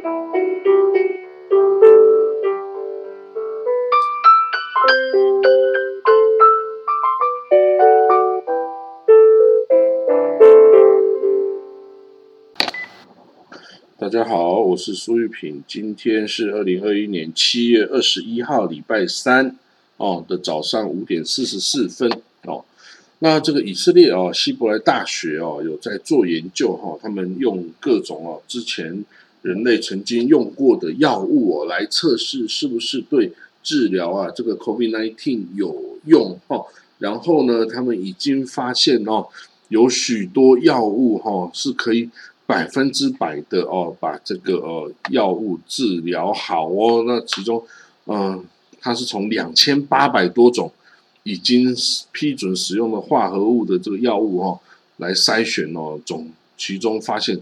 大家好，我是苏玉品，今天是2021年7月21号礼拜三的早上5点44分那这个以色列希伯来大学有在做研究他们用各种之前人类曾经用过的药物来测试是不是对治疗这个 COVID-19 有用然后呢，他们已经发现有许多药物是可以100%的把这个药物治疗好那其中它是从2800多种已经批准使用的化合物的这个药物来筛选其中发现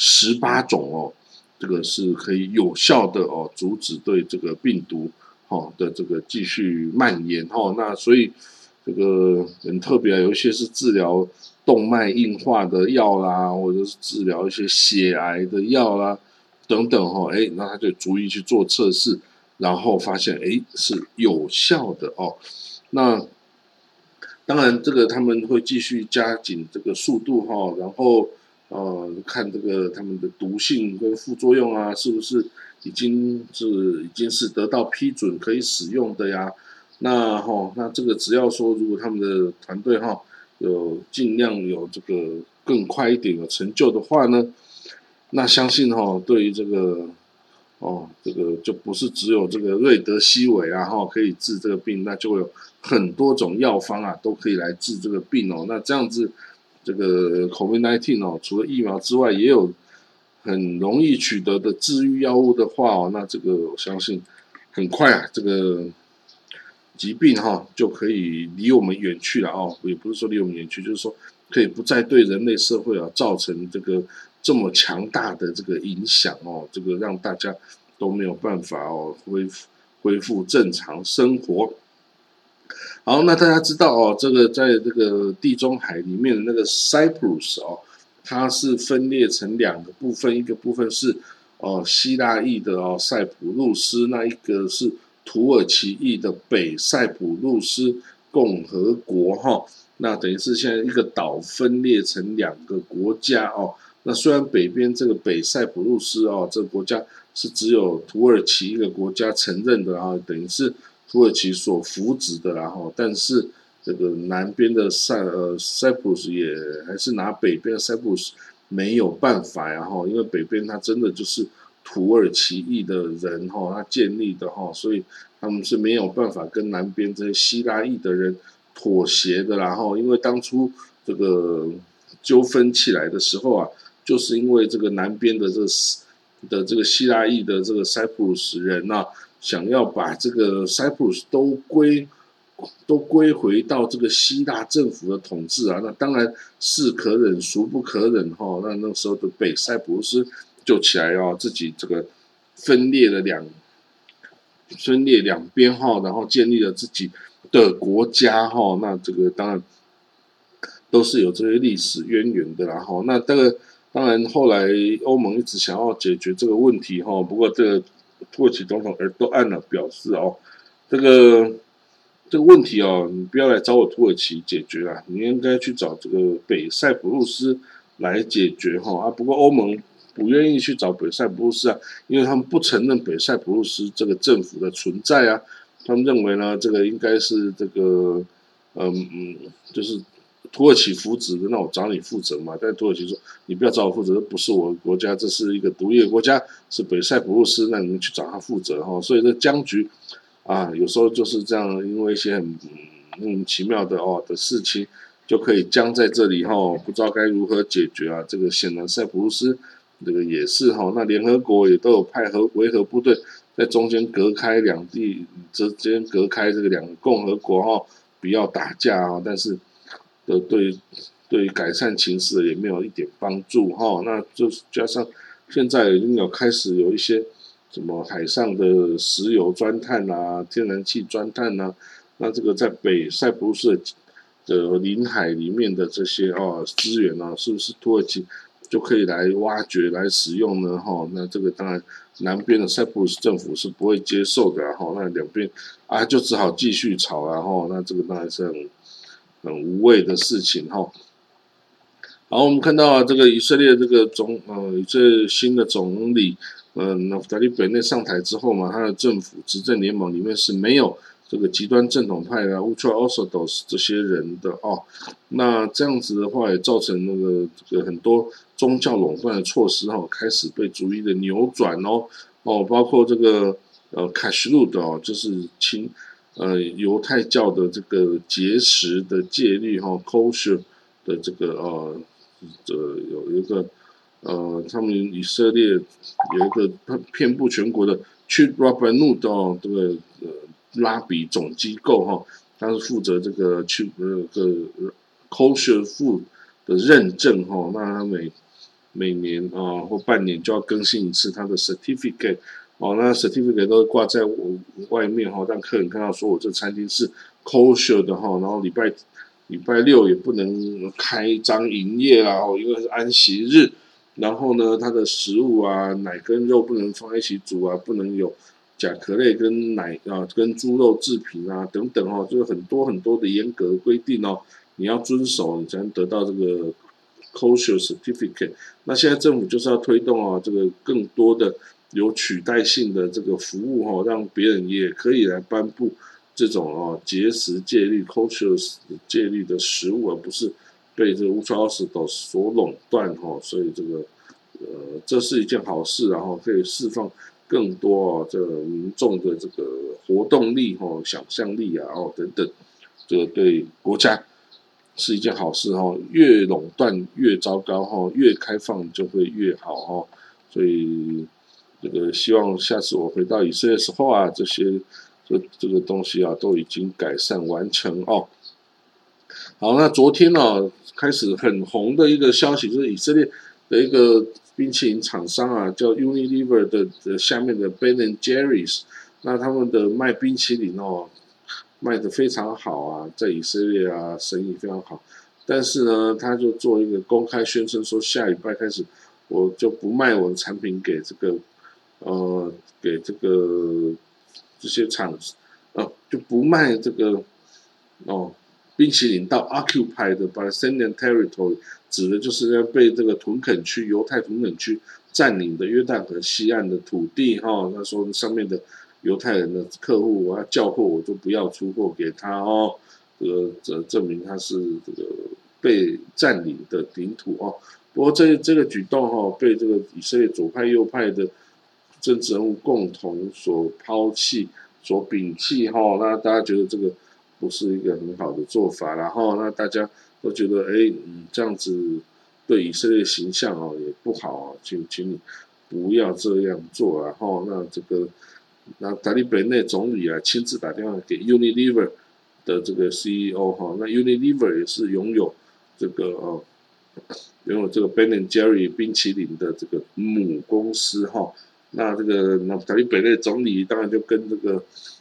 18种这个是可以有效的阻止对这个病毒的这个继续蔓延那所以这个很特别有一些是治疗动脉硬化的药啦，或者是治疗一些血癌的药啦等等那他就逐一去做测试，然后发现是有效的那当然这个他们会继续加紧这个速度然后看这个他们的毒性跟副作用是不是已经是得到批准可以使用的呀？那这个只要说如果他们的团队有尽量有这个更快一点有成就的话呢，那相信对于这个这个就不是只有这个瑞德西韦可以治这个病，那就会有很多种药方都可以来治这个病那这样子这个 COVID-19 除了疫苗之外，也有很容易取得的治愈药物的话那这个我相信很快这个疾病就可以离我们远去了也不是说离我们远去，就是说可以不再对人类社会造成这个这么强大的这个影响这个让大家都没有办法恢复正常生活。好，那大家知道这个在这个地中海里面的那个 Cyprus 它是分裂成2个部分，一个部分是希腊裔的塞浦路斯，那一个是土耳其裔的北塞浦路斯共和国那等于是现在一个岛分裂成2个国家那虽然北边这个北塞浦路斯这个国家是只有土耳其一个国家承认的等于是土耳其所扶植的但是这个南边的Cyprus 也还是拿北边的 Cyprus 没有办法因为北边它真的就是土耳其裔的人他建立的所以他们是没有办法跟南边这些希腊裔的人妥协的因为当初这个纠纷起来的时候就是因为这个南边的这个希腊裔的这个 Cyprus 人想要把这个 Cyprus 都归回到这个希腊政府的统治那当然是可忍孰不可忍那时候的北塞浦路斯就起来自己这个分裂两边然后建立了自己的国家那这个当然都是有这些历史渊源的那这个当然后来欧盟一直想要解决这个问题不过这个土耳其总统埃尔多安表示这个问题你不要来找我土耳其解决啦，你应该去找这个北塞浦路斯来解决不过欧盟不愿意去找北塞浦路斯因为他们不承认北塞浦路斯这个政府的存在他们认为呢这个应该是这个就是土耳其扶植的，那我找你负责嘛？但土耳其说你不要找我负责，这不是我的国家，这是一个独立的国家，是北塞浦路斯，那你们去找他负责所以这僵局有时候就是这样，因为一些很奇妙的的事情，就可以僵在这里不知道该如何解决这个显然塞浦路斯这个也是那联合国也都有派维和部队在中间隔开两地之间隔开这个2个共和国不要打架但是对于改善情势也没有一点帮助那就加上现在已经有开始有一些什么海上的石油钻探天然气钻探那这个在北塞浦路斯的临海里面的这些资源是不是土耳其就可以来挖掘来使用呢，那这个当然南边的塞浦路斯政府是不会接受的，那两边就只好继续吵那这个当然是很无谓的事情好，我们看到这个以色列这个新的总理纳夫塔利本内上台之后嘛，他的政府执政联盟里面是没有这个极端正统派Ultra Orthodox 这些人的那这样子的话也造成这个很多宗教垄断的措施开始被逐一的扭转包括这个卡什路的就是犹太教的这个节食的戒律kosher 的这个有一个他们以色列有一个遍布全国的 Chief Rabbanut 的这个拉比总机构它是负责这个kosher food 的认证那它每年或半年就要更新一次它的 certificate 那 certificate 都会挂在外面让客人看到说我这餐厅是 kosher 的然后礼拜六也不能开张营业啦因为是安息日，然后呢它的食物奶跟肉不能放在一起煮不能有甲壳类跟奶跟猪肉制品等等就是很多很多的严格的规定你要遵守你才能得到这个 kosher certificate。那现在政府就是要推动这个更多的有取代性的这个服务让别人也可以来颁布这种节食戒律 kosher 戒律的食物，而不是被这个 Ultra Orthodox 所垄断所以这是一件好事，然后可以释放更多这个民众的这个活动力想象力等等，这个对国家是一件好事越垄断越糟糕越开放就会越好所以这个希望下次我回到以色列时候这个东西都已经改善完成好，那昨天开始很红的一个消息就是以色列的一个冰淇淋厂商叫 Unilever 的下面的 Ben & Jerry's， 那他们的卖冰淇淋卖得非常好在以色列生意非常好，但是呢他就做一个公开宣称说下礼拜开始我就不卖我的产品给这个这些厂就不卖这个冰淇淋到 Occupy 的 Palestinian Territory， 指的就是被这个犹太屯垦区占领的约旦河西岸的土地那说上面的犹太人的客户我要叫货我就不要出货给他这证明他是这个被占领的领土不过这个举动被这个以色列左派右派的政治人物共同所抛弃所摒弃那大家觉得这个不是一个很好的做法，然后那大家都觉得这样子对以色列形象也不好请你不要这样做然后那达利本内总理亲自打电话给 Unilever 的这个 CEO 那 Unilever 也是拥有这个 Ben & Jerry 冰淇淋的这个母公司那这个达利本内总理当然就跟这个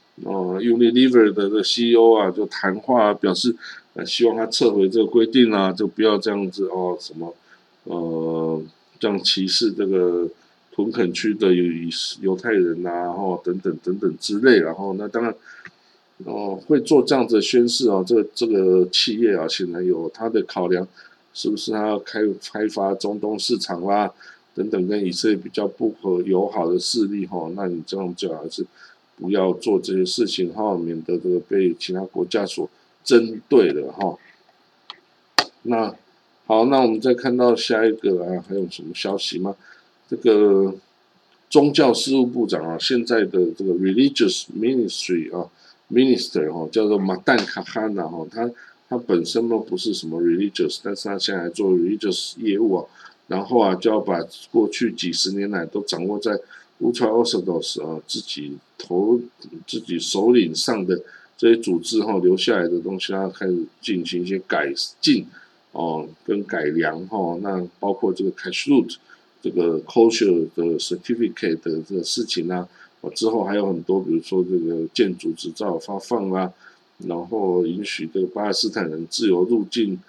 Unilever 的CEO 就谈话表示希望他撤回这个规定就不要这样子什么这样歧视这个屯垦区的犹太人等等等等之类，然后那当然会做这样子的宣示这个企业显然有他的考量，是不是他要开发中东市场啦等等跟以色列比较不友好的势力那你这样就还是不要做这些事情免得这个被其他国家所针对了那好，那我们再看到下一个还有什么消息吗？这个宗教事务部长现在的这个 Religious Ministry Minister 叫做马旦卡哈纳他本身都不是什么 religious， 但是他现在做 religious 业务然后就要把过去几十年来都掌握在 Ultra Orthodox 自己首领上的这些组织留下来的东西，他开始进行一些改进跟改良那包括这个 Kashrut 这个 kosher 的 certificate 的这个事情之后还有很多，比如说这个建筑执照发放然后允许这个巴勒斯坦人自由入境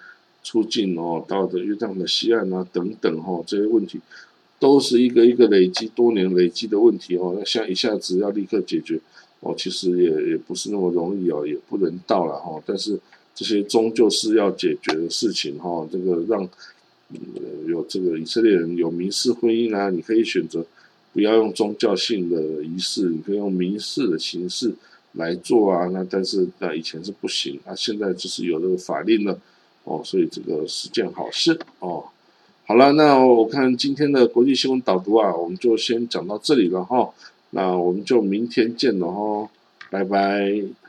出境到的约旦的西岸啊等等这些问题都是一个一个累积多年累积的问题那像一下子要立刻解决其实也不是那么容易也不人道了但是这些终究是要解决的事情这个让有这个以色列人有民事婚姻啊，你可以选择不要用宗教性的仪式，你可以用民事的形式来做啊。那但是以前是不行现在就是有这个法令了所以这个是件好事好了，那我看今天的国际新闻导读我们就先讲到这里了那我们就明天见了拜拜。